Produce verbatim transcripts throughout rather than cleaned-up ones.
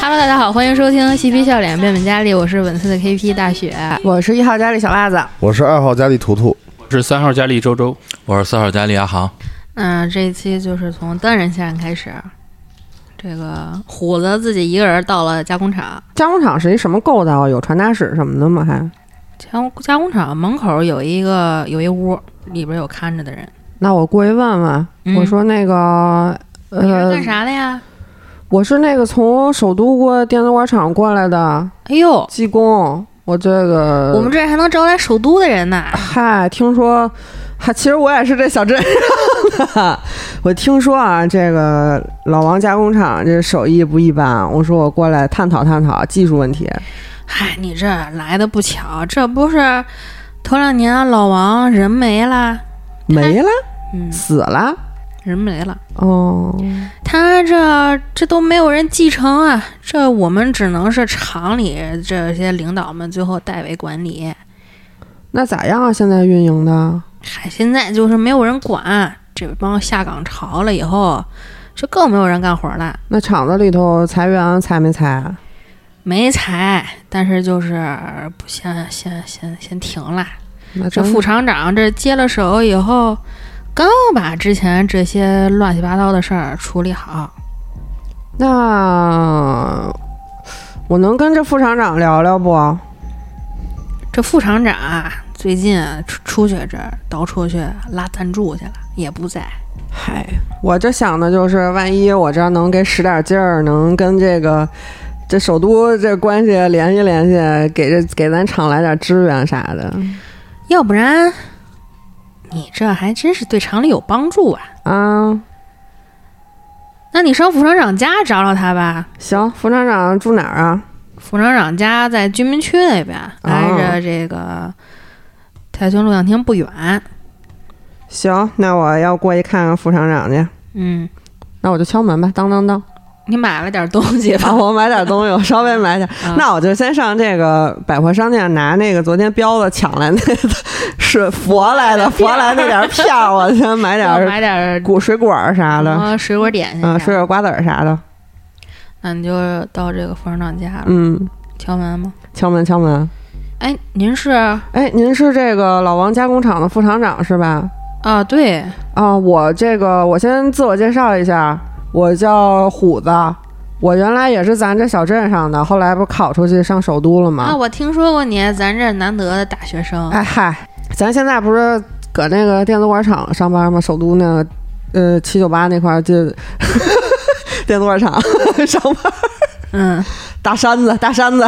Hello， 大家好，欢迎收听嬉皮笑脸变本加厉，我是稳次的 K P 大雪， 我是一号佳丽小袜子， 我是二号佳丽图图， 我是三号佳丽周周， 我是四号佳丽阿航。 嗯、呃，这一期就是从单人线开始，这个虎子自己一个人到了加工厂。 加工厂是一什么构造？有传达室什么的吗？还加加工厂门口有一个有一屋，里边有看着的人。 那我过去问问，嗯、我说那个呃， 你是干啥的呀？ 我是那个从首都过电子管厂过来的。 哎呦， 技工，我这个我们这还能招来首都的人呢。 嗨，听说，还其实我也是这小镇上的。我听说啊，这个老王加工厂这手艺不一般。我说我过来探讨探讨技术问题。 嗨，你这来的不巧，这不是头两年老王人没了， 没了， 嗯， 死了。 人没了哦， 他这这都没有人继承啊，这我们只能是厂里这些领导们最后代为管理。 那咋样啊？现在运营的？ 嗨，现在就是没有人管，这帮下岗潮了以后，这更没有人干活了。 那厂子里头裁员裁没裁？ 没裁，但是就是不先先先先停了。 那这副厂长这接了手以后。刚把之前这些乱七八糟的事儿处理好， 那我能跟这副厂长聊聊不？ 这副厂长啊，最近出出去这到处去拉赞助去了，也不在。 嗨，我这想的就是，万一我这能给使点劲儿，能跟这个这首都这关系联系联系，给这给咱厂来点支援啥的， 要不然。你这还真是对厂里有帮助啊！ 啊， 那你上副厂长家找找他吧。 行，副厂长住哪儿啊？ 副厂长家在居民区那边，挨着这个太平录像厅不远。 行，那我要过去看看副厂长去。 嗯， 那我就敲门吧，当当当。 你买了点东西吧？ 啊、我买点东西，我稍微买点、啊。那我就先上这个百货商店拿那个昨天彪子抢来那个是佛来的，佛来那点片儿，我先买点买点果水果啥的， 啊，水果点心啊，水果瓜子啥的。 那你就到这个副厂长家了。 嗯， 敲门吗？ 敲门，敲门。 哎，您是？ 哎，您是这个老王加工厂的副厂长是吧？ 啊，对。 啊，我这个我先自我介绍一下。我叫虎子，我原来也是咱这小镇上的，后来不考出去上首都了吗？ 啊，我听说过你，咱这难得的大学生。 哎嗨，咱现在不是搁那个电子管厂上班吗？首都那个呃七九八那块儿就电子管厂上班。 嗯， 大山子，大山子。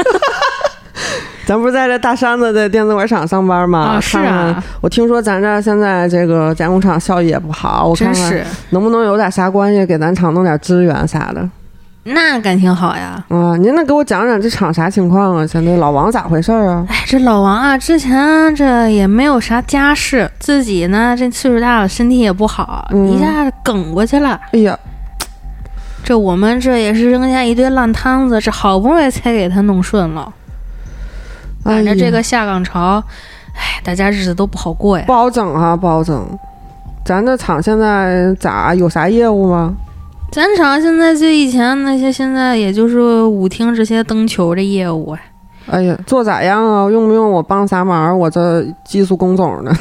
咱不是在这大山子的电子管厂上班吗？ 啊，是啊。 我听说咱这现在这个加工厂效益也不好，我看看能不能有点啥关系，给咱厂弄点资源啥的。 那感情好呀。 啊，您能给我讲讲这厂啥情况啊？现在老王咋回事啊？ 哎，这老王啊，之前这也没有啥家事，自己呢这岁数大了，身体也不好，嗯、一下梗过去了。 哎呀， 这我们这也是扔下一堆烂摊子，这好不容易才给他弄顺了。赶着这个下岗潮，哎，大家日子都不好过呀， 不好整啊，不好整。咱这厂现在咋有啥业务吗？ 咱厂现在就以前那些，现在也就是舞厅这些灯球的业务啊。 哎呀，做咋样啊？用不用我帮啥忙？我这技术工种呢。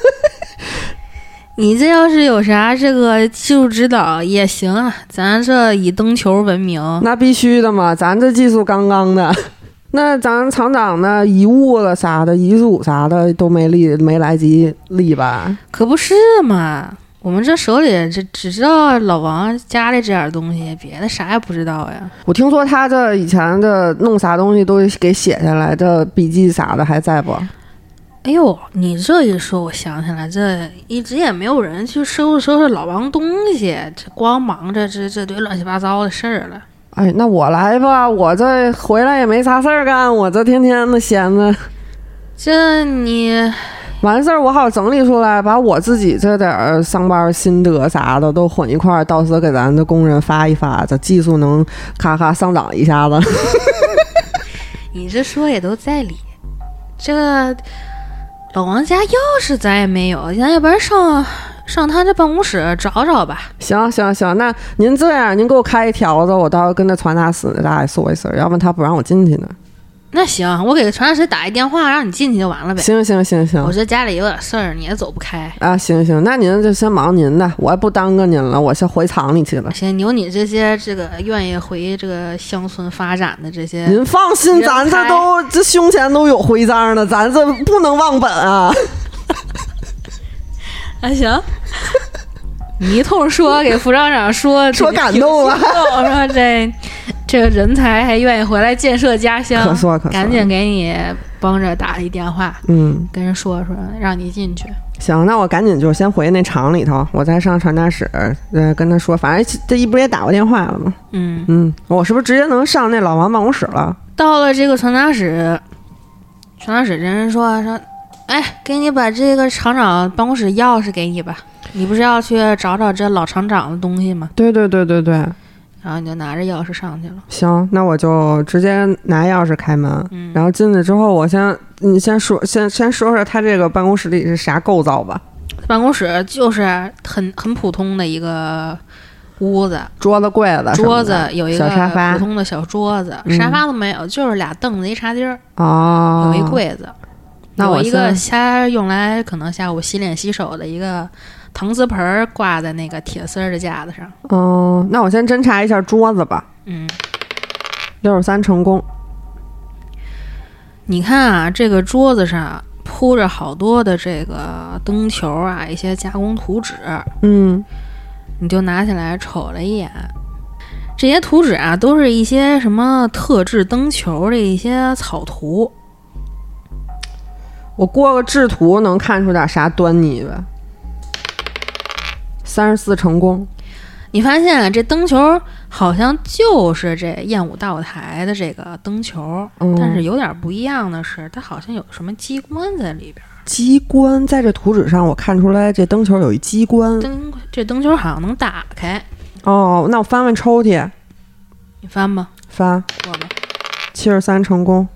你这要是有啥这个技术指导也行啊，咱这以灯球闻名。 那必须的嘛，咱这技术杠杠的。那咱厂长呢？遗物了啥的，遗嘱啥的都没立，没来及立吧？ 可不是嘛，我们这手里这只知道老王家里这点东西，别的啥也不知道呀。 我听说他这以前的弄啥东西都给写下来，这笔记啥的还在不？ 哎呦，你这一说，我想起来，这一直也没有人去收拾收拾老王东西，这光忙着这这堆乱七八糟的事儿了。 哎，那我来吧，我这回来也没啥事儿干，我这天天的闲着。 这你完事儿我好整理出来，把我自己这点上班心得啥的都混一块儿，到时候给咱的工人发一发，这技术能咔咔上涨一下子。 你这说也都在理，这老王家钥匙咱也没有，咱要不然上上他这办公室找找吧。 行行行，那您这样，您给我开一条子，我到时候跟那传达室大概说一声，要不然他不让我进去呢。 那行，我给传达室打一电话，让你进去就完了呗。 行行行行， 我这家里有点事儿，你也走不开啊。行行，那您就先忙您的，我也不耽搁您了，我先回厂里去了。 行，有你这些这个愿意回这个乡村发展的这些， 您放心，咱这都这胸前都有徽章呢，咱这不能忘本啊。 啊行。你一通说给副厂长说说感动了， 说这这个人才还愿意回来建设家乡， 可说可说， 赶紧给你帮着打一电话， 嗯， 跟人说说让你进去。 行，那我赶紧就先回那厂里头，我再上传达室，呃，跟他说，反正这一不也打过电话了吗？ 嗯嗯，我是不是直接能上那老王办公室了？ 到了这个传达室，传达室这人说说，哎，给你把这个厂长办公室钥匙给你吧。你不是要去找找这老厂长的东西吗？ 对对对对对。 然后你就拿着钥匙上去了。 行，那我就直接拿钥匙开门， 嗯、 然后进去之后，我先你先说，先先说说他这个办公室里是啥构造吧。 办公室就是很很普通的一个屋子， 桌子、柜子、 桌子有一个小沙发， 普通的小桌子， 嗯、 沙发都没有，就是俩凳子一茶几儿。 哦， 有一柜子， 那我有一个下用来可能下午洗脸洗手的一个。搪瓷盆挂在那个铁丝的架子上。 哦，那我先侦查一下桌子吧。 嗯， 六十三成功。 你看啊，这个桌子上铺着好多的这个灯球啊，一些加工图纸。 嗯， 你就拿起来瞅了一眼，这些图纸啊，都是一些什么特制灯球的一些草图。 我过个制图能看出点啥端倪呗？三十四成功。 你发现、啊、这灯球好像就是这燕舞大舞台的这个灯球、嗯、但是有点不一样的是，它好像有什么机关在里边。 机关在这图纸上我看出来，这灯球有一机关。 灯这灯球好像能打开。 哦，那我翻翻抽屉。 你翻吧。 翻。 过吧。 七十三成功。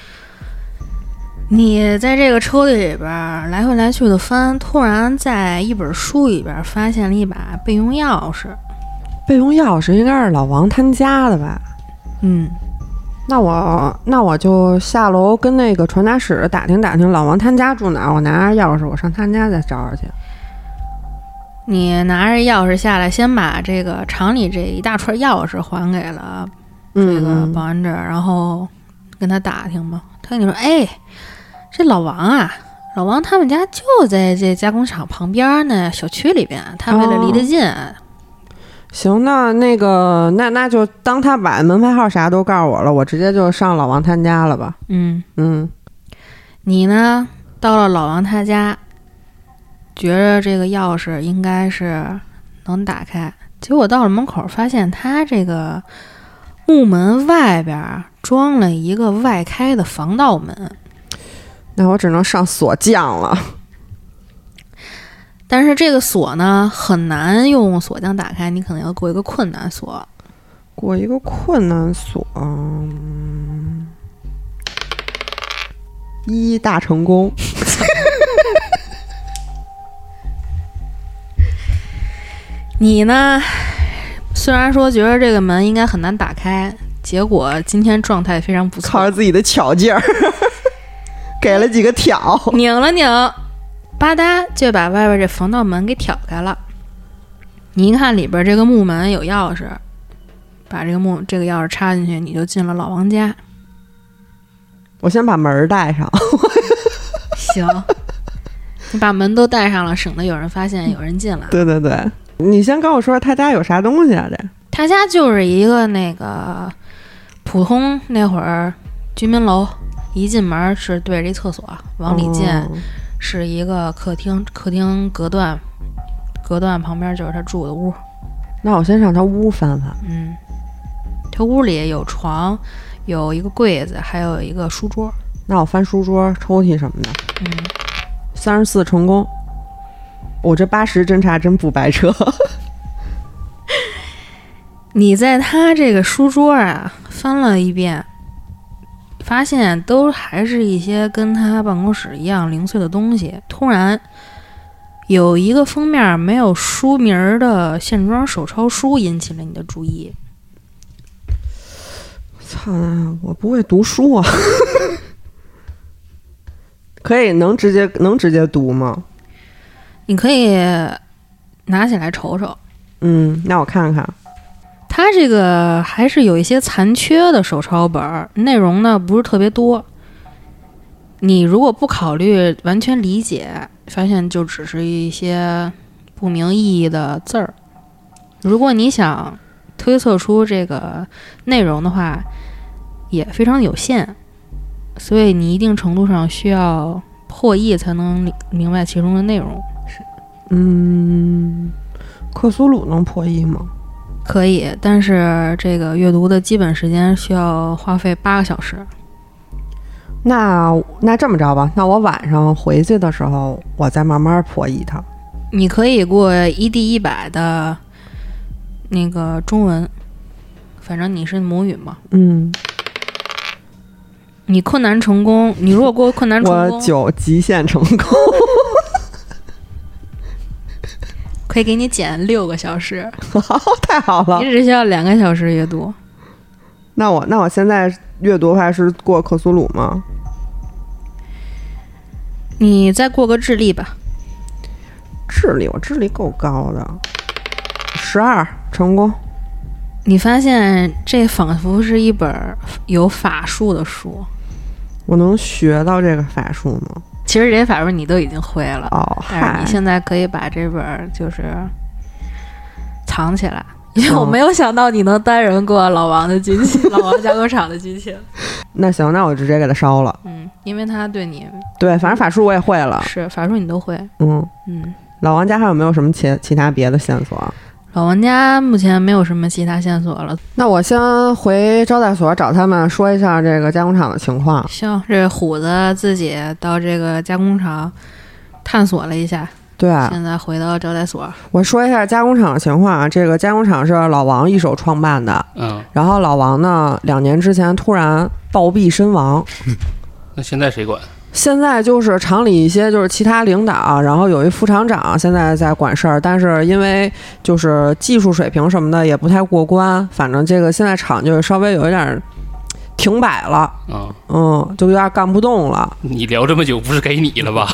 你在这个抽屉里边来回来去的翻，突然在一本书里边发现了一把备用钥匙。 备用钥匙应该是老王他家的吧？ 嗯， 那我那我就下楼跟那个传达室打听打听老王他家住哪儿，我拿着钥匙我上他家再找找去。 你拿着钥匙下来，先把这个厂里这一大串钥匙还给了这个保安这儿、嗯、然后跟他打听嘛。他跟你说，哎，这老王啊，老王他们家就在这加工厂旁边呢，小区里边。他为了离得近、哦、 行，那那个那那就当他把门牌号啥都告诉我了，我直接就上老王他家了吧。 嗯嗯， 你呢到了老王他家，觉着这个钥匙应该是能打开，结果到了门口发现他这个木门外边装了一个外开的防盗门。 那我只能上锁匠了。 但是这个锁呢很难用锁匠打开，你可能要过一个困难锁。 过一个困难锁，嗯，一大成功。 你呢虽然说觉得这个门应该很难打开，结果今天状态非常不错， 靠着自己的巧劲儿给了几个挑， 拧了拧，吧嗒就把外边这防盗门给挑开了。你一看里边这个木门有钥匙，把这个木这个钥匙插进去，你就进了老王家。 我先把门带上。 行，你把门都带上了，省得有人发现有人进来。 对对对，你先跟我说他家有啥东西啊？这他家就是一个那个普通那会儿居民楼，一进门是对着一厕所，往里进是一个客厅，客厅隔断，隔断旁边就是他住的屋。 那我先上他屋翻翻。 嗯，他屋里有床，有一个柜子，还有一个书桌。 那我翻书桌、抽屉什么的。 嗯， 三十四成功。我这八十侦查真不白扯。 你在他这个书桌啊翻了一遍，发现都还是一些跟他办公室一样零碎的东西。突然有一个封面没有书名的线装手抄书引起了你的注意。 操，我不会读书啊！可以能直接能直接读吗？ 你可以拿起来瞅瞅。 嗯，那我看看。 它这个还是有一些残缺的手抄本，内容呢不是特别多。你如果不考虑完全理解，发现就只是一些不明意义的字儿。如果你想推测出这个内容的话，也非常有限，所以你一定程度上需要破译才能明白其中的内容。 嗯，克苏鲁能破译吗？ 可以，但是这个阅读的基本时间需要花费八个小时。 那那这么着吧，那我晚上回去的时候，我再慢慢破译它。 你可以过一 D 一百的那个中文，反正你是母语嘛。 嗯。 你困难成功，你如果过困难成功， 我九极限成功， 可以给你减六个小时。 太好了！ 你只需要两个小时阅读。 那我那我现在阅读还是过克苏鲁吗？ 你再过个智力吧。 智力，我智力够高的，十二成功。 你发现这仿佛是一本有法术的书。 我能学到这个法术吗？ 其实这些法术你都已经会了， 哦， 但是你现在可以把这本就是藏起来，因为我没有想到你能单人过老王的军情，老王加工厂的军情。 那行，那我直接给他烧了。 嗯，因为他对你对，反正法术我也会了。 是法术你都会。 嗯嗯， 老王家还有没有什么其其他别的线索？ 老王家目前没有什么其他线索了。 那我先回招待所找他们说一下这个加工厂的情况。 行，这虎子自己到这个加工厂探索了一下。 对， 现在回到招待所， 我说一下加工厂的情况啊。这个加工厂是老王一手创办的， 嗯， 然后老王呢，两年之前突然暴毙身亡。 那现在谁管？ 现在就是厂里一些就是其他领导，然后有一副厂长现在在管事儿，但是因为就是技术水平什么的也不太过关，反正这个现在厂就是稍微有一点停摆了， 嗯嗯，就有点干不动了。 你聊这么久，不是给你了吧？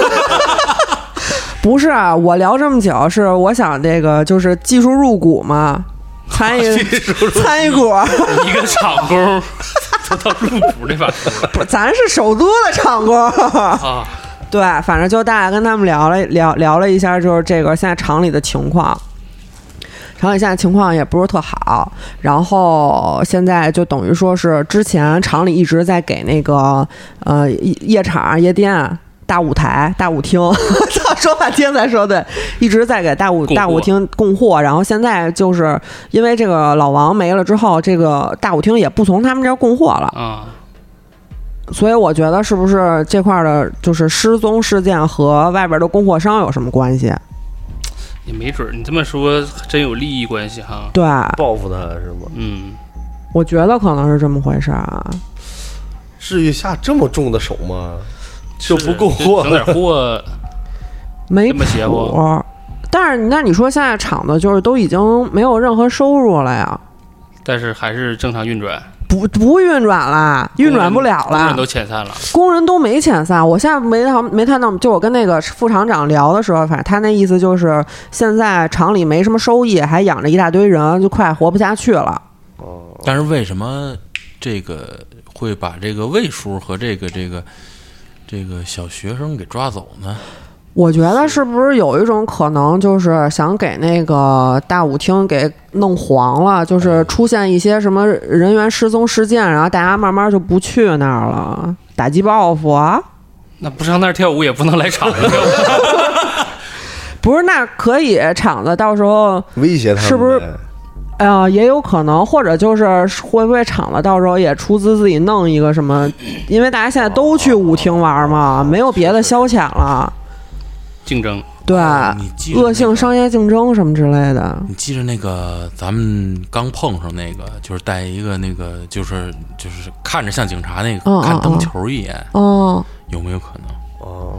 不是啊，我聊这么久是我想这个就是技术入股嘛，参与参与股， 一个厂工都到入股这把出了， 不，咱是首都的厂工啊。 对，反正就大家跟他们聊了聊聊了一下，就是这个现在厂里的情况。厂里现在情况也不是特好，然后现在就等于说是之前厂里一直在给那个呃夜场夜店。大舞台、大舞厅，说半天才说对，一直在给大舞大舞厅供货，然后现在就是因为这个老王没了之后，这个大舞厅也不从他们这儿供货了啊， 所以我觉得是不是这块的就是失踪事件和外边的供货商有什么关系？ 也没准，你这么说真有利益关系哈。 对， 报复他是吗？ 嗯， 我觉得可能是这么回事啊。 至于下这么重的手吗？就不供货， 整点货， 没谱。但是那你说现在厂子就是都已经没有任何收入了呀？ 但是还是正常运转。 不不运转了，运转不了了， 工人都遣散了， 工人都没遣散。我现在没没看到，就我跟那个副厂长聊的时候，反正他那意思就是现在厂里没什么收益，还养着一大堆人，就快活不下去了。 哦， 但是为什么这个会把这个魏叔和这个这个这个小学生给抓走呢？ 我觉得是不是有一种可能，就是想给那个大舞厅给弄黄了，就是出现一些什么人员失踪事件，然后大家慢慢就不去那儿了，打击报复啊？ 那不上那儿跳舞也不能来厂子跳舞。 不是，那可以厂子到时候威胁他们， 是不是？哎呀，也有可能，或者就是会不会厂子到时候也出资自己弄一个什么？因为大家现在都去舞厅玩嘛，没有别的消遣了。 竞争， 对， 哦你记着那个恶性商业竞争什么之类的。 你记着那个咱们刚碰上那个，就是带一个那个，就是就是看着像警察那个， 嗯、 看灯球一眼， 哦， 有没有可能？ 哦，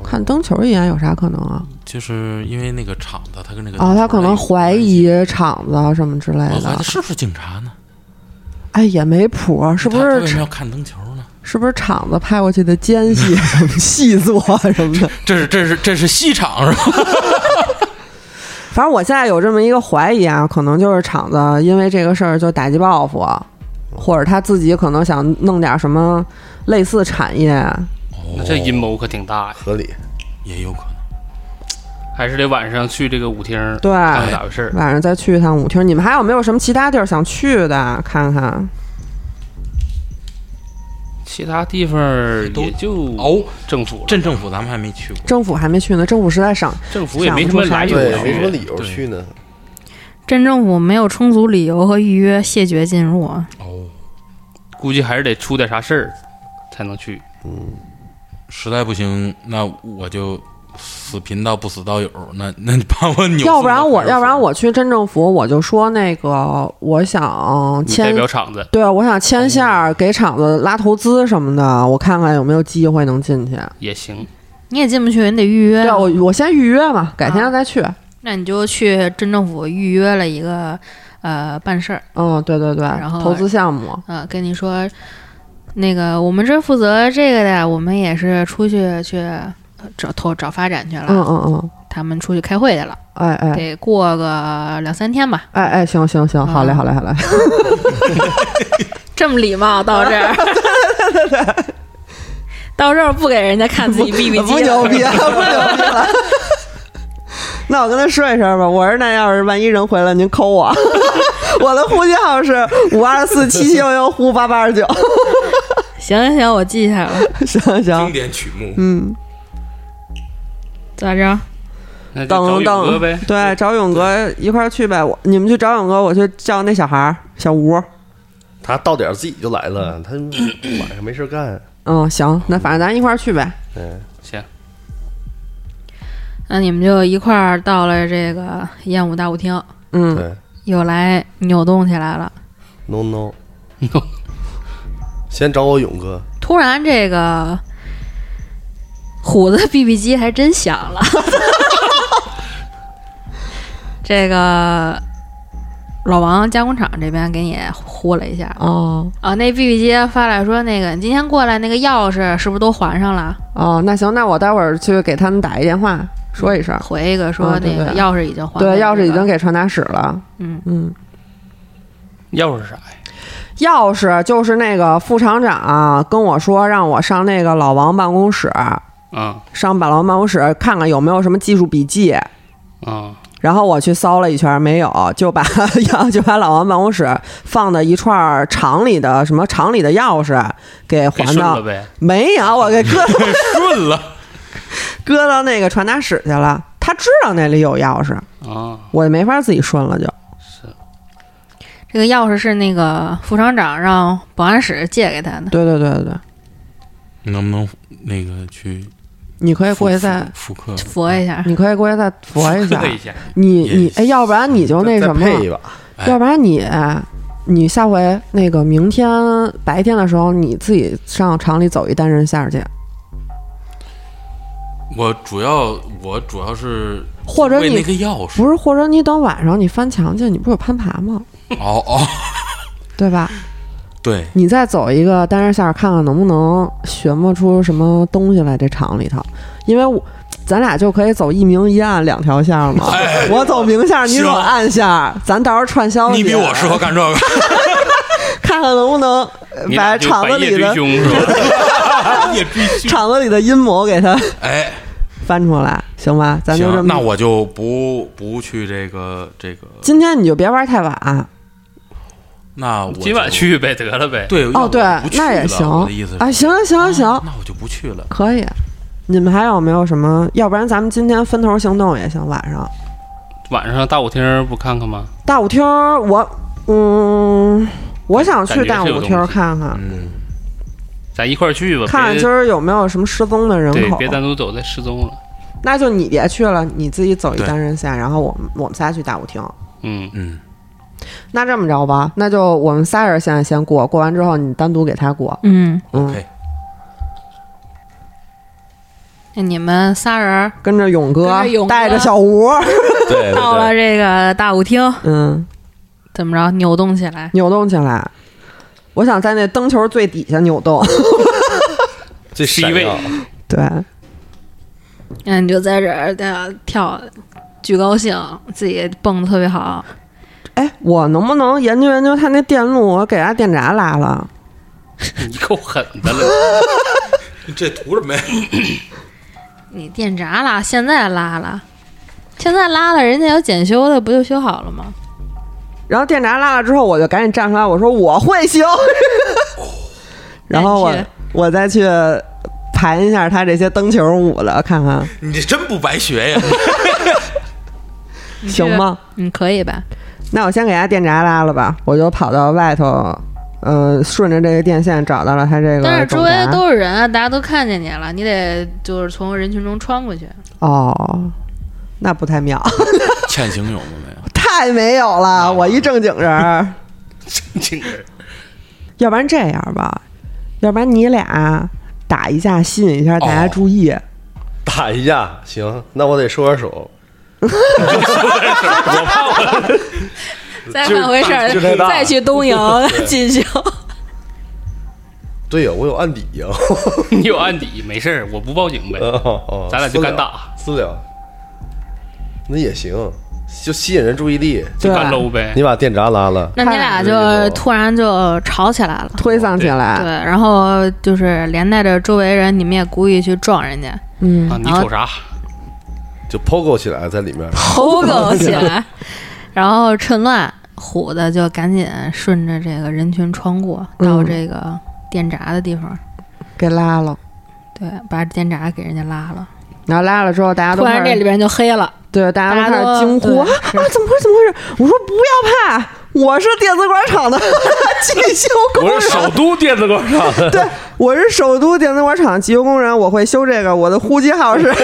看灯球一眼有啥可能啊？ 就是因为那个厂子，他跟那个哦，他可能怀疑厂子什么之类的。 我怀疑他是不是警察呢？ 哎，也没谱，是不是？ 他为什么要看灯球呢？ 是不是厂子派过去的奸细什么细作什么的？ 这是这是这是西厂是吧？ 反正我现在有这么一个怀疑啊，可能就是厂子因为这个事儿就打击报复，或者他自己可能想弄点什么类似产业。 那这阴谋可挺大呀， 合理， 也有可能。 还是得晚上去这个舞厅， 对， 看看咋回事。 晚上再去一趟舞厅。你们还有没有什么其他地儿想去的？看看。 其他地方也就哦， 政府， 镇政府咱们还没去过， 政府还没去呢，政府实在省， 政府也没什么理由， 对，没什么理由去呢。 镇政府没有充足理由和预约，谢绝进入啊。 哦， 估计还是得出点啥事儿才能去。 嗯， 实在不行，那我就死贫道不死道友，那那你把我扭。 要不然我，要不然我去镇政府，我就说那个，我想签代表厂子， 对，我想签下给厂子拉投资什么的，我看看有没有机会能进去。 也行， 你也进不去，你得预约。 对，我我先预约嘛，改天再去。 啊、那你就去镇政府预约了一个呃办事儿。 嗯，对对对， 然后投资项目。 嗯、呃，跟你说，那个我们这负责这个的，我们也是出去去。找投找发展去了， 嗯嗯嗯， 他们出去开会去了， 哎哎， 得过个两三天吧， 哎哎，行行行，好嘞好嘞好嘞， 这么礼貌到这儿， 对对对， 到这儿不给人家看自己 B B 机， 不牛逼了，不牛逼了。那我跟他说一声吧，我说那要是万一人回来，您扣我，我的户籍号是五二四七七幺幺呼八八二九。 行行行，我记下了。 行行， 经典曲目， 嗯。 咋着？ 等等，对，找勇哥一块儿去呗。我你们去找勇哥，我去叫那小孩儿小吴。 他到点自己就来了，他晚上没事干。 嗯，行，那反正咱一块儿去呗。 嗯， 行。 那你们就一块儿到了这个燕舞大舞厅。 嗯， 对， 又来扭动起来了。 no no no， 先找我勇哥。 突然这个。虎子 B B 机还真响了，这个老王加工厂这边给你呼了一下哦啊，那 B B 机发来说那个你今天过来那个钥匙是不是都还上了？ 哦，那行，那我待会儿去给他们打一电话说一声， 回一个说那个钥匙已经还， 对，钥匙已经给传达室了。 嗯嗯， 钥匙啥呀？ 钥匙就是那个副厂长跟我说让我上那个老王办公室。 嗯， 上老王办公室看看有没有什么技术笔记。 嗯， 然后我去搜了一圈，没有，就把就把老王办公室放的一串厂里的什么厂里的钥匙给还到，没有，我给搁顺了， 搁到那个传达室去了。他知道那里有钥匙啊， 我没法自己顺了就。 是， 这个钥匙是那个副厂长让保安室借给他的。 对对对对对。 你能不能那个去？ 你可以过去再复刻佛一下， 你可以过去再佛一下。 一下你你哎，要不然你就那什么，要不然你你下回那个明天白天的时候，你自己上厂里走一单人线去。 我主要我主要是或者你那个钥匙不是，或者你等晚上你翻墙去，你不是有攀爬吗？ 哦哦， 对吧？ 对， 你再走一个单人线，看看能不能寻摸出什么东西来这厂里头，因为我咱俩就可以走一明一暗两条线嘛。 哎、 我走明线，你走暗线，咱到时候串消息。 你比我适合干这个， 看看能不能把厂子里的厂子里的阴谋给他哎翻出来，行吧？咱就这么。 那我就不不去这个这个。 今天你就别玩太晚。 那我今晚去呗，得了呗。 对， 哦对，那也行。 我的意思啊，行行行行， 那我就不去了。 可以。你们还有没有什么？要不然咱们今天分头行动也行。晚上， 晚上大舞厅不看看吗？ 大舞厅，我嗯，我想去大舞厅看看。 嗯， 咱一块儿去吧， 看看今儿有没有什么失踪的人口。 对，别单独走再失踪了。 那就你别去了，你自己走一单人线，然后我们我们仨去大舞厅。 嗯嗯。 那这么着吧，那就我们仨人现在先过，过完之后你单独给他过。 嗯 ，OK。 你们仨人跟着勇哥跟着勇哥带着小吴， 对对对到了这个大舞厅， 嗯， 怎么着扭动起来？ 扭动起来。我想在那灯球最底下扭动， 这是一位， 对， 嗯，你就在这儿跳，巨高兴，自己蹦得特别好。 哎，我能不能研究研究他那电路？我给他电闸拉了。 你够狠的了！ 这图什么呀？ 你电闸拉，现在拉了，现在拉了，人家有检修的，不就修好了吗？ 然后电闸拉了之后，我就赶紧站出来，我说我会修。然后我我再去盘一下他这些灯球舞的，看看你这真不白学呀？ 行吗？ 嗯，可以吧？ 那我先给他电闸拉了吧，我就跑到外头，嗯、呃，顺着这个电线找到了他这个。 但是周围都是人，大家都看见你了，你得就是从人群中穿过去。 哦，那不太妙。 欠行有吗？没有？ 太没有了，我一正经人。 正经人。 要不然这样吧，要不然你俩打一架，吸引一下大家注意。哦、 打一架行，那我得收点手。 我怕我再换回事儿，再去东营进行。 对呀，我有案底呀。 你有案底，没事儿，我不报警呗。 哦哦、 咱俩就敢打， 私了。那也行，就吸引人注意力， 就敢搂呗。 你把电闸拉了， 那你俩就突然就吵起来了， 推搡起来。 对，然后就是连带着周围人，你们也故意去撞人家。 嗯， 啊，你瞅啥？ 就 pogo 起来在里面 ，pogo 起来，然后趁乱虎的就赶紧顺着这个人群穿过到这个电闸的地方， 嗯、给拉了。 对，把电闸给人家拉了。 然后拉了之后，大家都突然这里边就黑了， 对，大家都开始惊呼啊！啊，怎么回事？怎么回事？我说不要怕，我是电子管厂的技修工人， 我是首都电子管厂的， 对，我是首都电子管厂技修工人，我会修这个，我的呼机号是。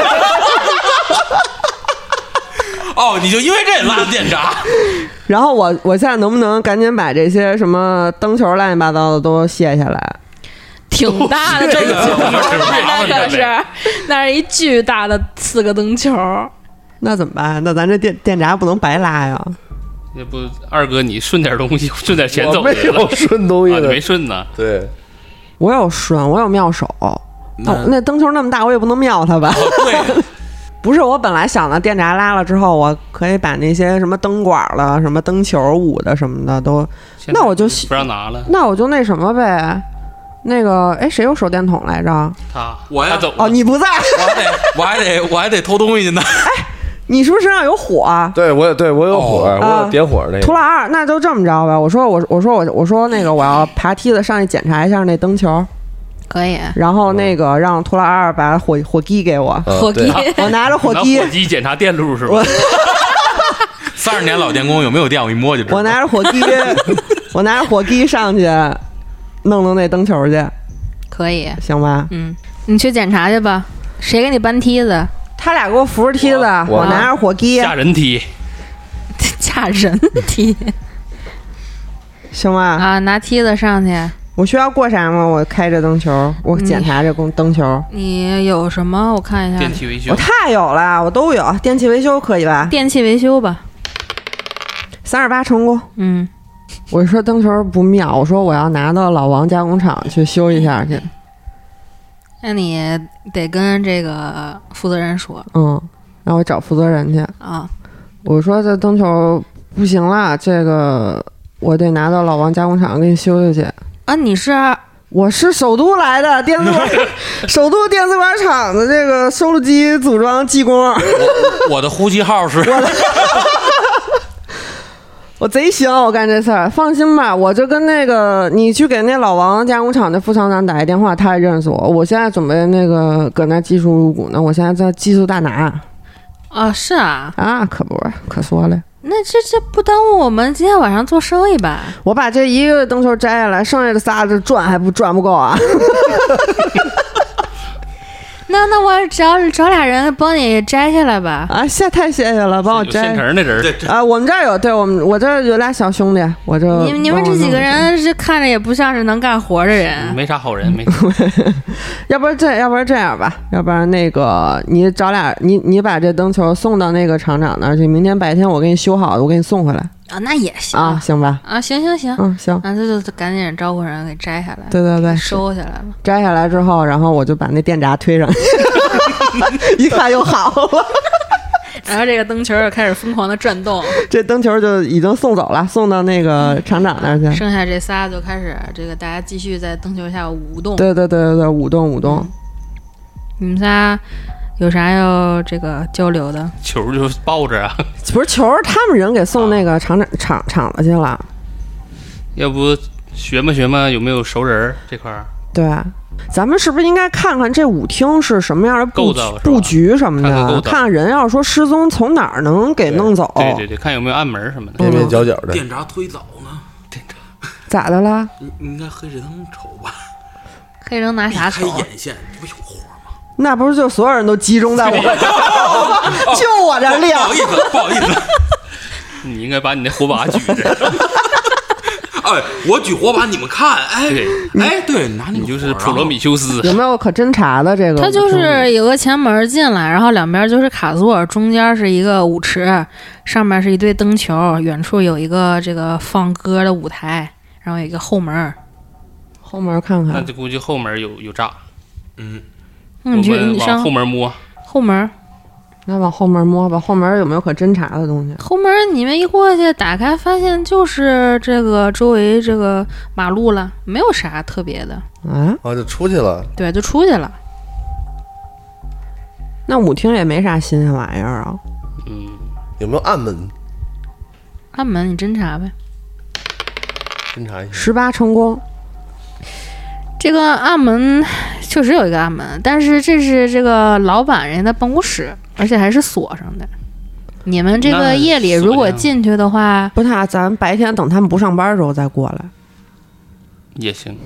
哦，你就因为这拉的电闸。 然后我我现在能不能赶紧把这些什么灯球乱七八糟的都卸下来？ 挺大的灯球，那可是，那是一巨大的四个灯球。 那怎么办？那咱这电电闸不能白拉呀？ 那不，二哥你顺点东西，顺点钱走。 我没有顺东西的， 啊、你没顺呢。 对， 我有顺，我有妙手。那、哦、那灯球那么大，我也不能妙它吧？ 哦、对。 不是，我本来想的电闸拉了之后，我可以把那些什么灯管了、什么灯球舞的什么的都，那我就不让拿了， 那我就那什么呗。那个，哎，谁有手电筒来着？ 他， 我呀， 走哦，你不在， 我还得，我还得，我还得偷东西去呢。 哎，你是不是身上有火？ 对，我对我有火， 哦、 我有点火那个。 图老二，那就这么着吧。我说，我我说我我说那个，我要爬梯子上去检查一下那灯球。 可以， 然后那个让图老二把火火机给我， 火机， 我拿着火机， 火机检查电路是吧？ 三十年老电工有没有电？我一摸就知道。 我拿着火机，我拿着火机上去弄弄那灯球去， 可以， 行吧？ 嗯，你去检查去吧。谁给你搬梯子？ 他俩给我扶着梯子，我, 我拿着火机下人梯， 下人梯， 行吧？ 啊，拿梯子上去。 我需要过啥吗？我开这灯球，我检查这灯灯球。 你有什么？我看一下。 电器维修。 我太有了，我都有。电器维修可以吧？ 电器维修吧。 三十八成功。 嗯。 我说灯球不妙，我说我要拿到老王加工厂去修一下去。 那你得跟这个负责人说。 嗯，让我找负责人去。 啊。 我说这灯球不行了，这个我得拿到老王加工厂给你修修去。 啊，你是？ 我是首都来的电子管，首都电子管厂的这个收录机组装技工。我, 我的呼机号是。 我, 我贼行，我干这事儿，放心吧。我就跟那个你去给那老王加工厂的副厂长打一电话，他也认识我。我现在准备那个搁那技术入股呢，我现在在技术大拿。 啊，是啊。 啊，可不是，可说了。 那这这不耽误我们今天晚上做生意吧？ 我把这一个灯球摘下来，剩下的仨这赚还不赚不够啊？ 那那我找找俩人帮你摘下来吧。 啊，谢太谢谢了，帮我摘。 现成的人啊，我们这儿有，对我们我这有俩小兄弟，我这你你们这几个人是看着也不像是能干活的人， 没啥好人，没。 要不然这要不然这样吧，要不然那个你找俩你你把这灯球送到那个厂长那儿去，明天白天我给你修好，我给你送回来。 啊，那也行啊，行吧？ 啊，行行行， 嗯，行， 那这就赶紧招呼人给摘下来。 对对对， 收下来了。 摘下来之后，然后我就把那电闸推上去，一看又好了。 然后这个灯球又开始疯狂的转动， 这灯球就已经送走了，送到那个厂长那儿去。 剩下这仨就开始这个大家继续在灯球下舞动。 对对对对对，舞动舞动。 嗯、你们仨有啥要这个交流的？ 球就抱着啊， 不是球，他们人给送那个厂长厂厂子去了。 要不学嘛学嘛，有没有熟人这块儿？ 对，咱们是不是应该看看这舞厅是什么样的布局布局什么的？看 看, 看人要说失踪，从哪儿能给弄走？ 对对 对, 对，看有没有暗门什么的， 边边角角的。 电闸推早呢？电闸咋的了？ 你应该黑着灯瞅吧。 黑灯拿啥瞅？ 开眼线，你不有活吗？ 那不是就所有人都集中在我这儿，就我这儿亮。 不好意思，不好意思， 你应该把你那火把举着。 哎，我举火把你们看，哎，哎，对，拿你就是普罗米修斯。 有没有可侦查的这个？ 它就是有个前门进来，然后两边就是卡座，中间是一个舞池，上面是一堆灯球，远处有一个这个放歌的舞台，然后有一个后门。 后门看看， 那就估计后门有有诈。嗯， 嗯，你你上后门摸。 后门。 那往后门摸吧，后门有没有可侦查的东西？ 后门你们一过去打开，发现就是这个周围这个马路了，没有啥特别的。 啊， 啊，就出去了。 对，就出去了。 那舞厅也没啥新鲜玩意儿啊。 嗯，有没有暗门？ 暗门你侦查呗。 侦查一下。 十八成功。 这个暗门确实有一个暗门，但是这是这个老板人家的办公室，而且还是锁上的。你们这个夜里如果进去的话， 不太，咱白天等他们不上班的时候再过来也行。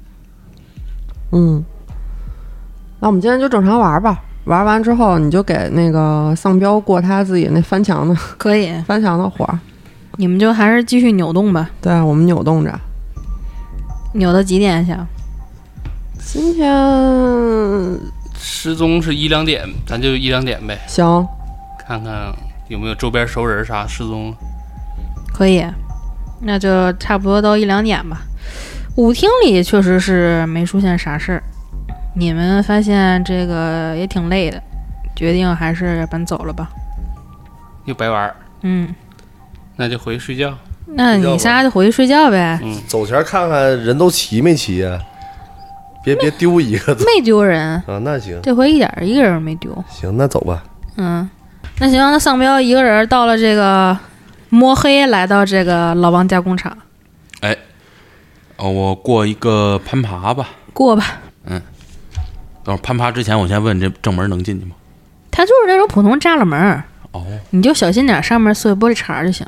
嗯，那我们今天就正常玩吧。玩完之后，你就给那个丧彪过他自己那翻墙的， 可以翻墙的活。 你们就还是继续扭动吧。 对，我们扭动着。 扭到几点下？ 今天失踪是一两点，咱就一两点呗。 行， 看看有没有周边熟人啥失踪。 可以，那就差不多到一两点吧。舞厅里确实是没出现啥事儿，你们发现这个也挺累的，决定还是搬走了吧。 又白玩。 嗯， 那就回去睡觉。 那你仨就回去睡觉呗。 嗯， 走前看看人都齐没齐啊。别别丢一个， 没丢人啊，那行， 这回一点一个人没丢。 行，那走吧。 嗯，那行，那丧彪一个人到了这个摸黑，来到这个老王加工厂。 哎，哦，我过一个攀爬吧。 过吧。 嗯，等会儿攀爬之前，我先问这正门能进去吗？ 它就是那种普通栅栏门。 哦， 你就小心点，上面碎玻璃碴就行。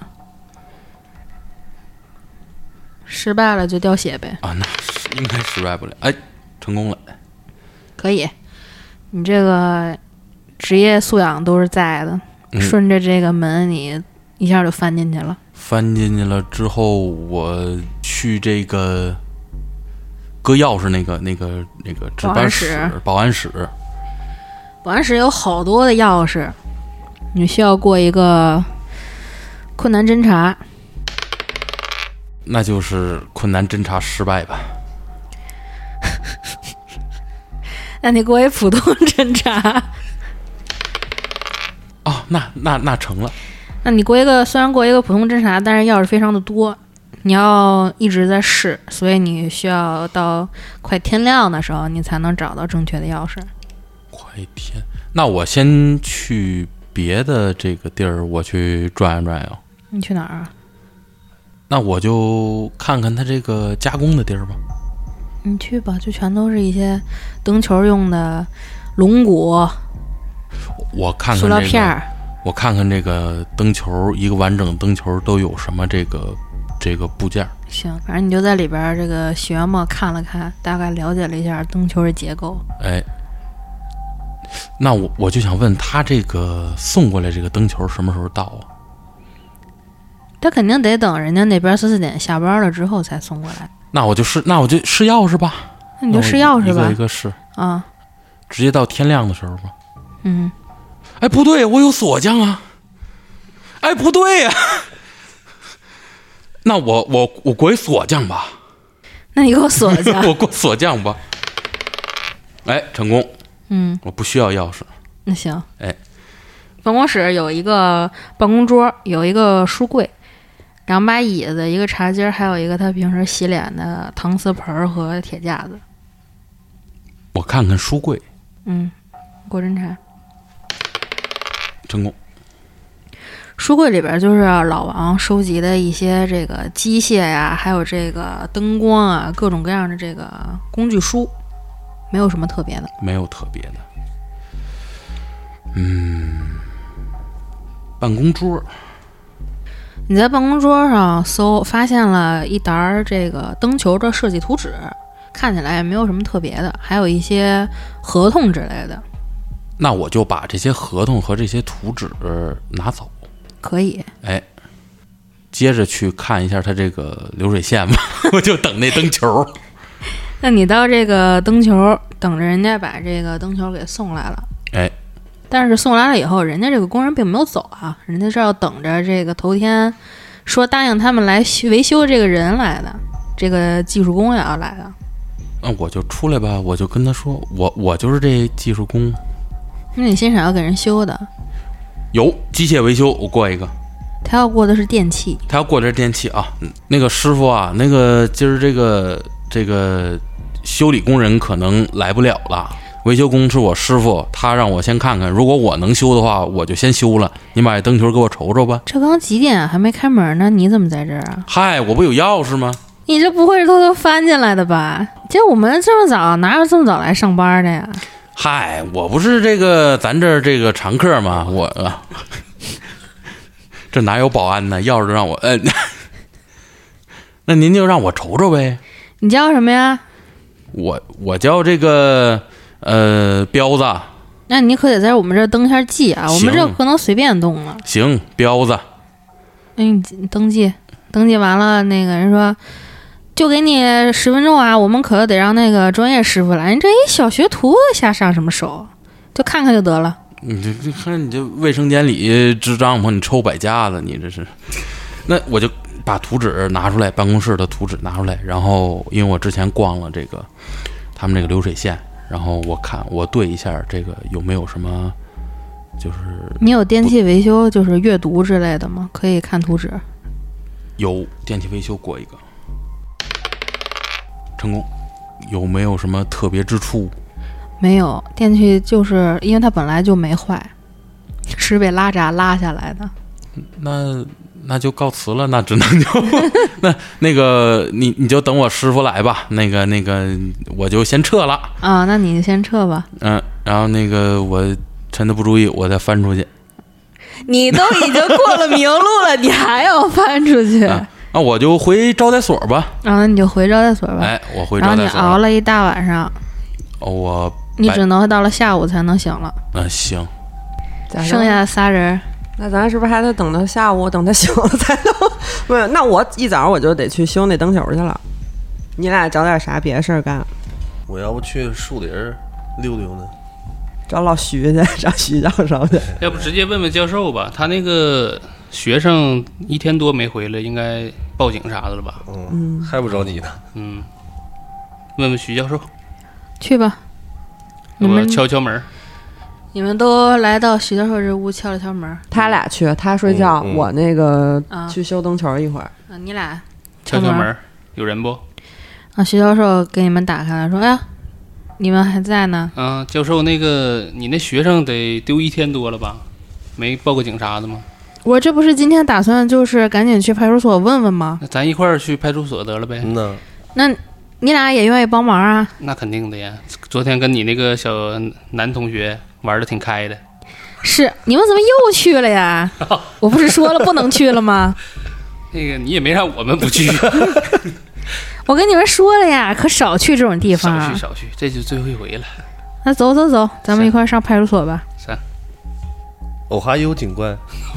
失败了就掉血呗。 啊，那应该失败不了。哎。成功了， 可以。你这个职业素养都是在的，嗯、顺着这个门，你一下就翻进去了。 翻进去了之后，我去这个搁钥匙那个、那个、那个值班室、保安室。 保安室有好多的钥匙，你需要过一个困难侦查。 那就是困难侦查失败吧。 那你过一普通侦查。 哦，那那那成了。 那你过一个，虽然过一个普通侦查，但是钥匙非常的多，你要一直在试，所以你需要到快天亮的时候，你才能找到正确的钥匙。 快天，那我先去别的这个地儿，我去转悠转悠。 你去哪儿啊？ 那我就看看他这个加工的地儿吧。 你去吧，就全都是一些灯球用的龙骨， 我看看、这个、 塑料片， 我看看这个灯球，一个完整灯球都有什么这个这个部件。 行，反正你就在里边这个学嘛看了看，大概了解了一下灯球的结构。 哎， 那我我就想问他这个送过来这个灯球什么时候到啊？ 他肯定得等人家那边十四点下班了之后才送过来。 那我就试，那我就试钥匙吧。 那你就试钥匙吧， 一个一个试啊， 直接到天亮的时候吧。 嗯， 哎，不对，我有锁匠啊。哎，不对呀、啊，那我我我过一锁匠吧。 那你给我锁匠， 我过锁匠吧。哎，成功。 嗯， 我不需要钥匙。 那行。 哎， 办公室有一个办公桌，有一个书柜。两把椅子，一个茶几，还有一个他平时洗脸的搪瓷盆和铁架子。 我看看书柜。 嗯，过侦查。 成功。 书柜里边就是老王收集的一些这个机械呀，还有这个灯光啊，各种各样的这个工具书，没有什么特别的。 没有特别的。嗯，办公桌。 你在办公桌上搜，发现了一沓这个灯球的设计图纸，看起来也没有什么特别的，还有一些合同之类的。 那我就把这些合同和这些图纸拿走。 可以。 哎，接着去看一下它这个流水线吧，我就等那灯球。 那你到这个灯球，等着人家把这个灯球给送来了。 哎。 但是送来了以后，人家这个工人并没有走啊，人家是要等着这个头天说答应他们来维修这个人来的，这个技术工也要来的。 那我就出来吧，我就跟他说，我我就是这技术工。 那你现场要给人修的？ 有机械维修，我过一个。 他要过的是电器。 他要过的是电器啊，那个师傅啊，那个今儿这个这个修理工人可能来不了了。维修工是我师傅，他让我先看看，如果我能修的话，我就先修了。你把这灯球给我瞅瞅吧。 这刚几点啊？还没开门呢，你怎么在这儿啊？ 嗨，我不有钥匙吗？ 你这不会是偷偷翻进来的吧？就我们这么早，哪有这么早来上班的呀？ 嗨，我不是这个咱这儿这个常客吗？我、啊、这哪有保安呢？钥匙让我摁、呃，那您就让我瞅瞅呗。 你叫什么呀？ 我我叫这个。呃，彪子， 那你可得在我们这登一下记啊，我们这不能随便动了。 行，彪子， 嗯，登记，登记完了，那个人说，就给你十分钟啊，我们可得让那个专业师傅来，你这一小学徒瞎上什么手？就看看就得了。 你这这看你这卫生间里支帐篷，你抽百家子，你这是？那我就把图纸拿出来，办公室的图纸拿出来，然后因为我之前逛了这个他们这个流水线。然后我看我对一下这个有没有什么，就是你有电器维修就是阅读之类的吗？可以看图纸。 有电器维修过一个，成功。有没有什么特别之处？ 没有，电器就是因为它本来就没坏，是被拉闸拉下来的。 那那就告辞了，那只能就那那个你你就等我师傅来吧，那个那个我就先撤了啊。那你就先撤吧。 嗯，然后那个我趁他不注意，我再翻出去。 你都已经过了明路了，你还要翻出去？ 啊，那我就回招待所吧。 啊，那你就回招待所吧。 哎，我回招待所。 然后你熬了一大晚上。 哦，我你只能到了下午才能醒了。 嗯、呃，行。 剩下的仨人。 那咱是不是还得等到下午，等他醒了才能？不是，那我一早我就得去修那灯球去了。你俩找点啥别的事儿干？ 我要不去树林溜溜呢？ 找老徐去，找徐教授去。 要不直接问问教授吧？他那个学生一天多没回来，应该报警啥的了吧？ 嗯，还不着急呢。 嗯，问问徐教授。 去吧。你们敲敲门。 你们都来到徐教授这屋，敲了敲门。 他俩去，他睡觉， 嗯嗯、 我那个、 啊、 去修灯球一会儿。 啊，你俩敲敲门，有人不？ 啊，徐教授给你们打开了，说：“哎呀，你们还在呢。” 啊，教授，那个你那学生得丢一天多了吧？没报个警啥的吗？ 我这不是今天打算就是赶紧去派出所问问吗？ 那咱一块儿去派出所得了呗。 嗯呐。 那你俩也愿意帮忙啊？ 那肯定的呀。昨天跟你那个小男同学玩的挺开的。 是，你们怎么又去了呀？我不是说了不能去了吗？ 那个你也没让我们不去。 我跟你们说了呀，可少去这种地方、啊。 少去少去，这就最后一回了。 那走走走，咱们一块儿上派出所吧。 三， 哦还有警官，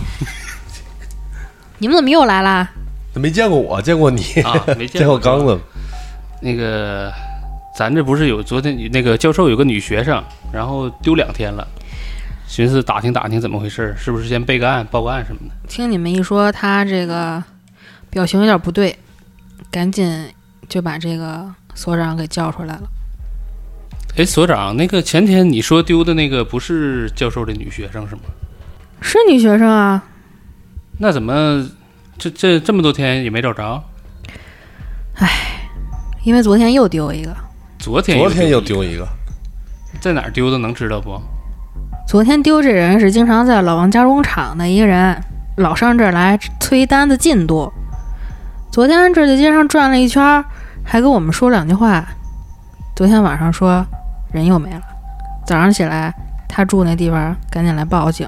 你们怎么又来啦？ 没见过我，见过你啊，没见见过刚子。 那个，咱这不是有昨天那个教授有个女学生，然后丢两天了，寻思打听打听怎么回事，是不是先备个案、报个案什么的？ 听你们一说，他这个表情有点不对，赶紧就把这个所长给叫出来了。 哎，所长，那个前天你说丢的那个不是教授的女学生是吗？ 是女学生啊。 那怎么这这这么多天也没找着？ 唉，因为昨天又丢一个。 昨天昨天又丢丢一个， 在哪儿丢的？能知道不？ 昨天丢这人是经常在老王加工厂的一个人，老上这儿来催单子进度。昨天这在街上转了一圈，还跟我们说两句话。昨天晚上说人又没了，早上起来他住那地方赶紧来报警。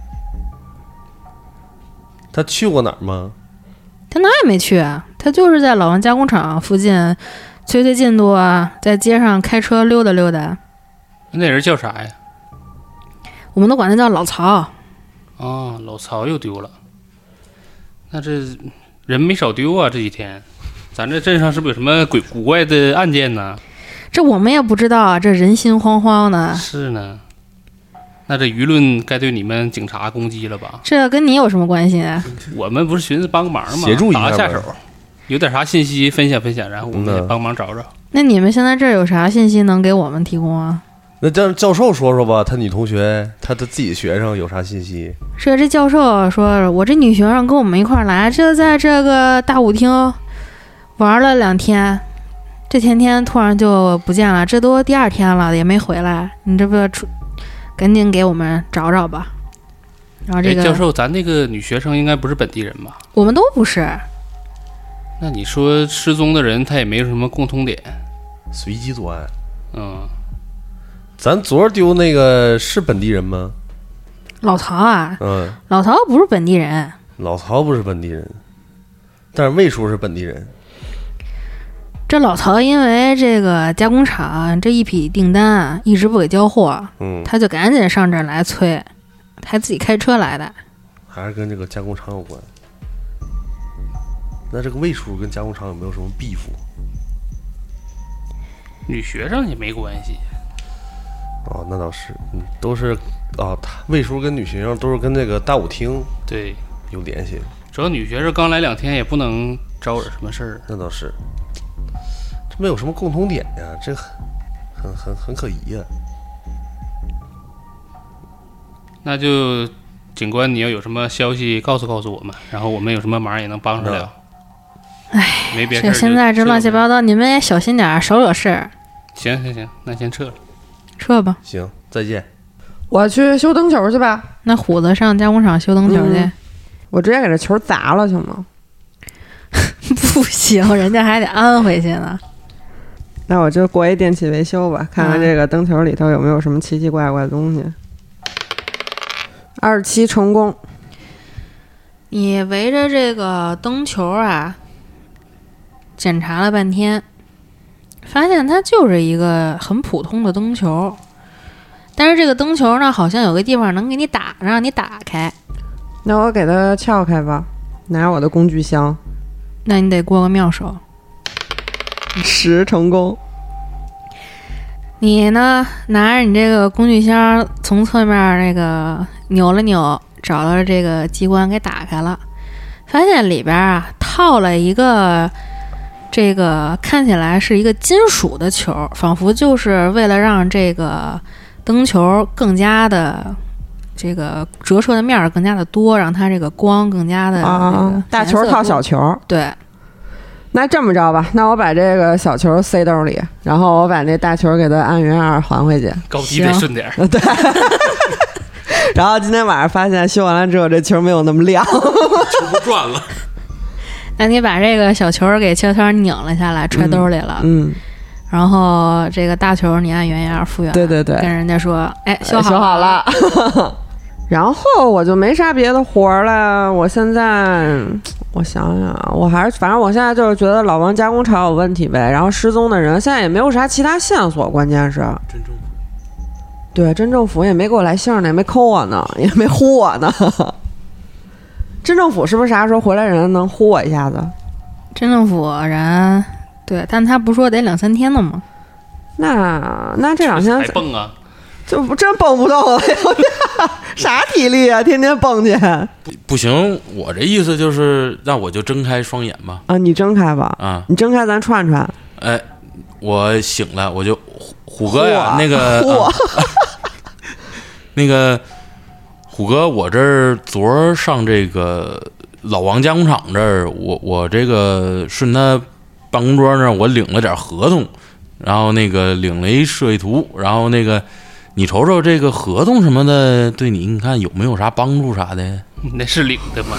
他去过哪儿吗？ 他哪也没去啊，他就是在老王加工厂附近催催进度啊，在街上开车溜达溜达。 那人叫啥呀？ 我们都管他叫老曹。 哦，老曹又丢了。那这人没少丢啊，这几天，咱这镇上是不是有什么鬼古怪的案件呢？ 这我们也不知道啊，这人心惶惶的。 是呢。那这舆论该对你们警察攻击了吧？ 这跟你有什么关系啊？ 我们不是寻思帮个忙吗？ 协助一下打个下手，有点啥信息分享分享，然后我们也帮忙找找。 那你们现在这儿有啥信息能给我们提供啊？ 那让教授说说吧，他女同学，他的自己学生有啥信息？ 是这教授说，我这女学生跟我们一块儿来，这在这个大舞厅玩了两天，这天天突然就不见了，这都第二天了也没回来，你这不出赶紧给我们找找吧。然后这个教授，咱那个女学生应该不是本地人吧？ 我们都不是。 那你说失踪的人他也没有什么共通点， 随机作案。 嗯， 咱昨儿丢那个是本地人吗？ 老曹啊， 嗯， 老曹不是本地人。 老曹不是本地人，但是魏叔是本地人。 这老曹因为这个加工厂这一批订单啊一直不给交货， 嗯， 他就赶紧上这儿来催，还自己开车来的。 还是跟这个加工厂有关。那这个魏叔跟加工厂有没有什么 beef？ 女学生也没关系。 哦，那倒是，嗯，都是哦，他魏叔跟女学生都是跟这个大舞厅对有联系。 主要女学生刚来两天，也不能招惹什么事儿。 那倒是，这没有什么共同点呀，这很很很很可疑呀。 那就警官，你要有什么消息告诉告诉我们，然后我们有什么忙也能帮上了。 唉， 没别事。 这现在这乱七八糟，你们也小心点，少惹事儿。 行行行，那先撤了。 撤吧。 行，再见。 我去修灯球去吧。 那虎子上加工厂修灯球去。 嗯、我直接给这球砸了行吗？ 不行，人家还得安回去呢。 那我就过一电器维修吧，看看这个灯球里头有没有什么奇奇怪怪的东西。二十七成功。 你围着这个灯球啊检查了半天，发现它就是一个很普通的灯球，但是这个灯球呢好像有个地方能给你打，让你打开。 那我给它撬开吧，拿我的工具箱。 那你得过个妙手。 十成功。 你呢拿着你这个工具箱从侧面那个扭了扭，找到这个机关给打开了，发现里边啊套了一个这个看起来是一个金属的球，仿佛就是为了让这个灯球更加的这个折射的面更加的多，让它这个光更加的、 啊、大球套小球。 对， 那这么着吧，那我把这个小球塞兜里，然后我把那大球给它按原样还回去。 高低得顺点。 对。然后今天晚上发现修完了之后，这球没有那么亮， 球不转了。 那你把这个小球给悄悄拧了下来，揣兜里了。 嗯。嗯然后这个大球你按原样复原。 对对对。 跟人家说，哎，修好了。 修好了。然后我就没啥别的活了。我现在我想想，我还是反正我现在就是觉得老王加工厂有问题呗。然后失踪的人现在也没有啥其他线索，关键是。 真正对，镇政府也没给我来信呢，也没扣我呢，也没呼我呢。镇政府是不是啥时候回来人能呼我一下子？ 镇政府人，对，但他不说得两三天呢吗？ 那那这两天还蹦啊？ 就真蹦不动了，啥体力啊，天天蹦去。 不行，我这意思就是让我就睁开双眼吧。 啊，你睁开吧。 啊， 你睁开，咱串串。 哎，我醒了，我就虎虎哥呀，那个、啊、那个虎哥，我这儿昨儿上这个老王加工厂这儿，我我这个顺他办公桌那儿，我领了点合同，然后那个领了一设计图，然后那个。你瞅瞅这个合同什么的，对你你看有没有啥帮助啥的？ 那是领的吗？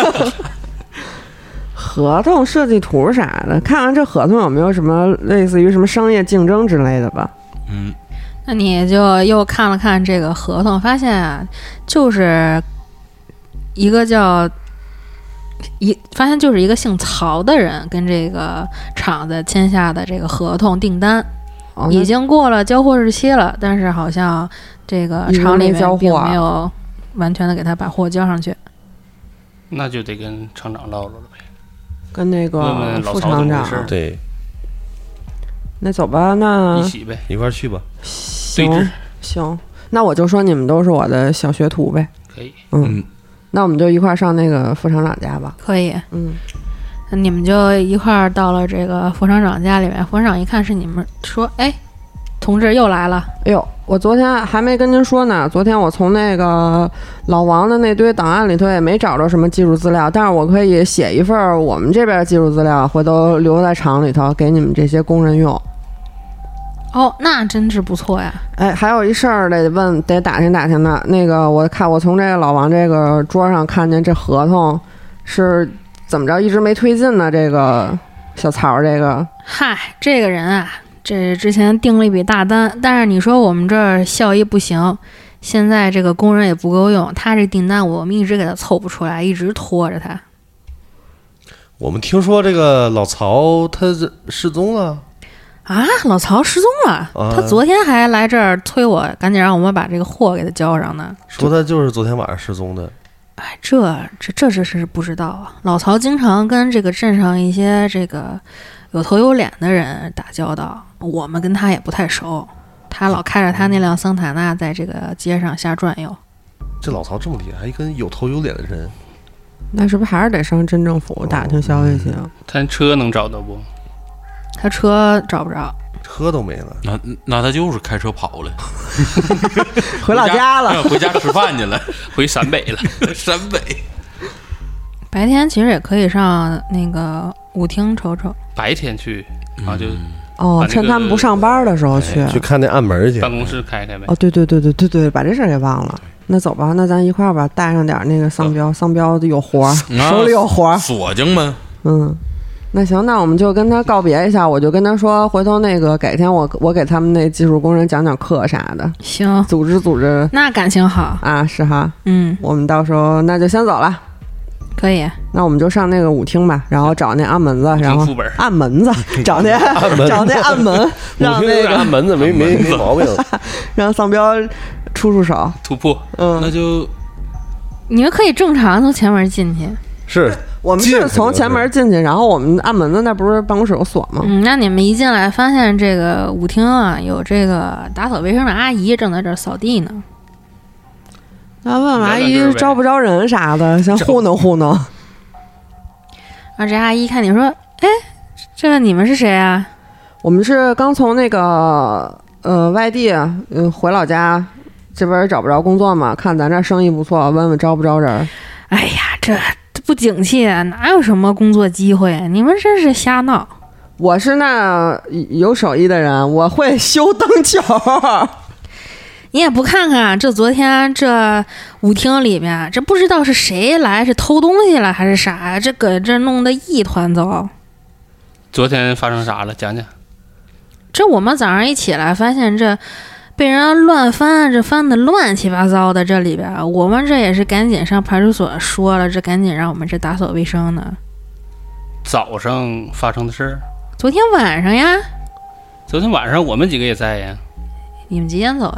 合同设计图啥的，看看这合同有没有什么类似于什么商业竞争之类的吧。 嗯， 那你就又看了看这个合同，发现啊，就是一个叫一，发现就是一个姓曹的人跟这个厂子签下的这个合同订单。哦、已经过了交货日期了，但是好像这个厂里面并没有完全的给他把货交上去。 那就得跟厂长唠唠了呗， 跟那个副厂长。 对， 那走吧，那一起呗， 一块去吧。 行行，那我就说你们都是我的小学徒呗。 可以， 嗯，嗯那我们就一块上那个副厂长家吧。 可以， 嗯。 你们就一块儿到了这个副厂长家里面，副厂长一看是你们，说：“哎，同志又来了。” 哎呦，我昨天还没跟您说呢，昨天我从那个老王的那堆档案里头也没找着什么技术资料，但是我可以写一份我们这边的技术资料，回头留在厂里头给你们这些工人用。 哦，那真是不错呀！ 哎，还有一事儿得问，得打听打听的。那个，我看我从这个老王这个桌上看见这合同是。怎么着一直没推进呢？这个小曹，这个嗨，这个人啊，这之前订了一笔大单，但是你说我们这儿效益不行，现在这个工人也不够用，他这订单我们一直给他凑不出来，一直拖着他。 我们听说这个老曹他失踪了啊！老曹失踪了， 啊、 他昨天还来这儿催我，赶紧让我们把这个货给他交上呢。 说他就是昨天晚上失踪的。 哎，这这这这是不知道啊！老曹经常跟这个镇上一些这个有头有脸的人打交道，我们跟他也不太熟。他老开着他那辆桑塔纳在这个街上瞎转悠。 这老曹这么厉害，还跟有头有脸的人， 那是不是还是得上镇政府打听消息去啊？ 他车能找到不？ 他车找不着。 车都没了， 那那他就是开车跑了， 回老家了， 回家吃饭去了， 回陕北了， 陕北。 白天其实也可以上那个舞厅瞅瞅。 白天去啊，就哦，趁他们不上班的时候去， 去看那暗门去， 办公室开开呗。 哦，对对对对对对，把这事儿给忘了。那走吧，那咱一块儿吧，带上点那个商标，商标有活儿，手里有活儿， 锁精们。 嗯。那行，那我们就跟他告别一下，我就跟他说，回头那个改天我我给他们那技术工人讲讲课啥的， 行， 组织组织， 那感情好啊，是哈， 嗯， 我们到时候那就先走了， 可以， 那我们就上那个舞厅吧，然后找那暗门子，然后暗门子，找那找那暗门，让那个暗门子没没没毛病， 让丧彪出出手突破， 嗯， 那就你们可以正常从前门进去， 是。 我们是从前门进去，然后我们暗门子那不是办公室有锁吗？ 嗯，那你们一进来发现这个舞厅啊，有这个打扫卫生的阿姨正在这儿扫地呢。 那问问阿姨招不招人啥的，先糊弄糊弄。 啊，这阿姨看你说，哎，这你们是谁啊？ 我们是刚从那个呃外地嗯、呃、回老家，这边找不着工作嘛，看咱这生意不错，问问招不招人。 哎呀，这。不景气，哪有什么工作机会？你们真是瞎闹！ 我是那有手艺的人，我会修灯球。 你也不看看，这昨天这舞厅里面，这不知道是谁来，是偷东西了还是啥呀？这搁这弄得一团糟。 昨天发生啥了？讲讲。 这我们早上一起来，发现这。被人乱翻，这翻的乱七八糟的，这里边我们这也是赶紧上派出所说了，这赶紧让我们这打扫卫生呢。 早上发生的事儿？ 昨天晚上呀。 昨天晚上我们几个也在呀。 你们几点走的？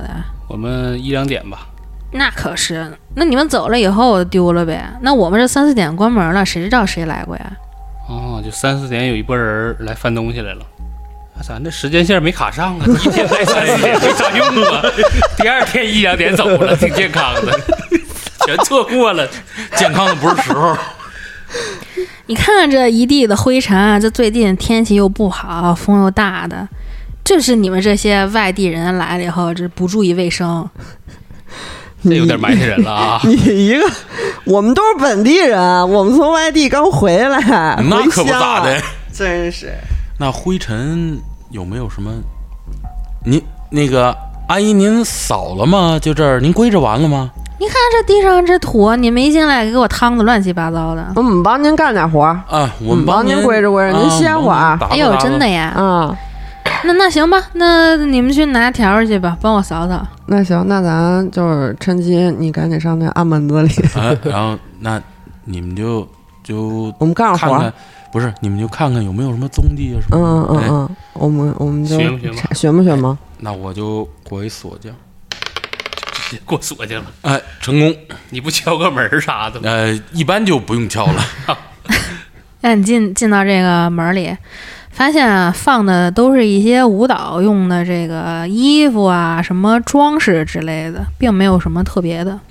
我们一两点吧。 那可是，那你们走了以后丢了呗？那我们这三四点关门了，谁知道谁来过呀？ 哦，就三四点有一波人来翻东西来了。咱这时间线没卡上啊，一天来三四点没啥用啊。第二天一两点走了，挺健康的，全错过了， 健康的不是时候。 你看这一地的灰尘，这最近天气又不好，风又大的，这是你们这些外地人来了以后，这不注意卫生。 这有点埋汰人了啊！ 你一个，我们都是本地人，我们从外地刚回来， 那可不咋的， 真是。 那灰尘有没有什么？您那个阿姨，您扫了吗？就这儿，您归置完了吗？ 你看这地上这土，你们一进来给我趟的乱七八糟的。 我们帮您干点活啊，我们帮您归置归置，您歇会儿。 哎呦，真的呀！ 啊， 那那行吧，那你们去拿条去吧，帮我扫扫。 那行，那咱就是趁机，你赶紧上那暗门子里。 啊，然后那你们就就我们干活。 看看不是，你们就看看有没有什么踪迹啊什么的。 嗯嗯嗯，我们我们就寻不寻吧？ 寻不寻吗？ 那我就过一锁匠， 过锁去了。 哎，成功！ 你不敲个门啥的？ 呃，一般就不用敲了。 那你进进到这个门里，发现放的都是一些舞蹈用的这个衣服啊，什么装饰之类的，并没有什么特别的。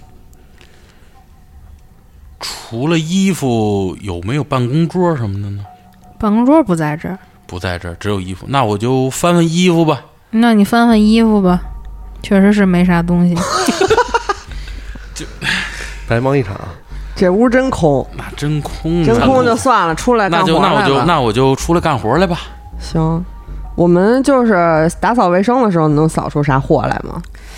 除了衣服，有没有办公桌什么的呢？ 办公桌不在这儿， 不在这儿，只有衣服。那我就翻翻衣服吧。 那你翻翻衣服吧，确实是没啥东西。 就白忙一场。 这屋真空， 那真空， 真空就算了，出来干活来了。 那就那我就那我就出来干活来吧。 行，我们就是打扫卫生的时候，能扫出啥货来吗？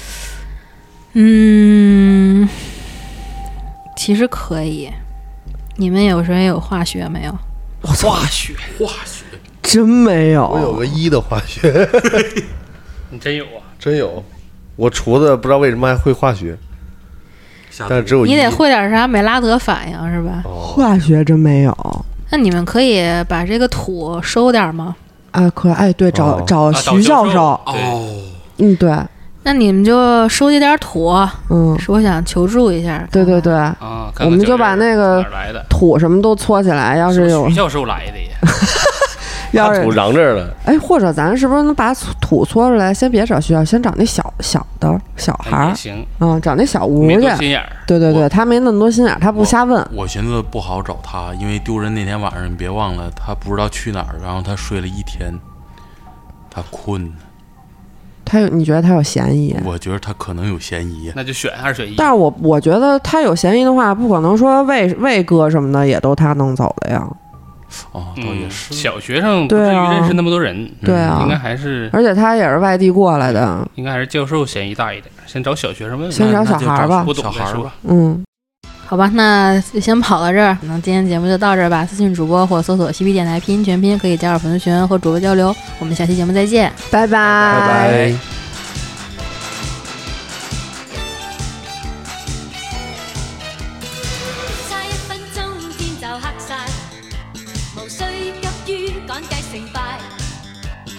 嗯。其实可以，你们有谁有化学没有？ 化学，化学， 真没有。 我有个一的化学， 你真有啊？ 真有。我厨子不知道为什么还会化学，但只有一。 你得会点啥美拉德反应是吧？ 哦、化学真没有。 那你们可以把这个土收点吗？ 啊，可哎，对，找、 哦、 找徐教授。 哦， 嗯，对。 那你们就收集点土， 嗯， 说想求助一下。 对对对， 啊， 我们就把那个土什么都搓起来。要是有徐教授来的呀， 要是土瓤这儿了， 哎，或者咱是不是能把土搓出来？先别找徐教授，先找那小小的小孩儿， 行， 嗯，找那小屋去。 没多心眼儿。 对对对，他没那么多心眼儿，他不瞎问。 我, 我寻思不好找他，因为丢人那天晚上，你别忘了，他不知道去哪儿，然后他睡了一天，他困。 他有，你觉得他有嫌疑？ 我觉得他可能有嫌疑， 那就选二选一。 但是我我觉得他有嫌疑的话，不可能说魏魏哥什么的也都他弄走的呀。 哦，倒也是。 嗯、小学生不至于认识那么多人， 对啊， 嗯、应该还是。 而且他也是外地过来的， 应该还是教授嫌疑大一点。先找小学生问问， 先找小孩吧， 不懂小孩吧。 嗯， 好吧，那就先跑到这儿。那今天节目就到这儿吧。私信主播或搜索西皮电台拼音全拼，可以加入粉丝群和主播交流。我们下期节目再见， 拜拜拜拜。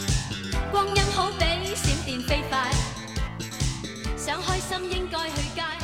光陰好比閃電飛快，想開心應該去街。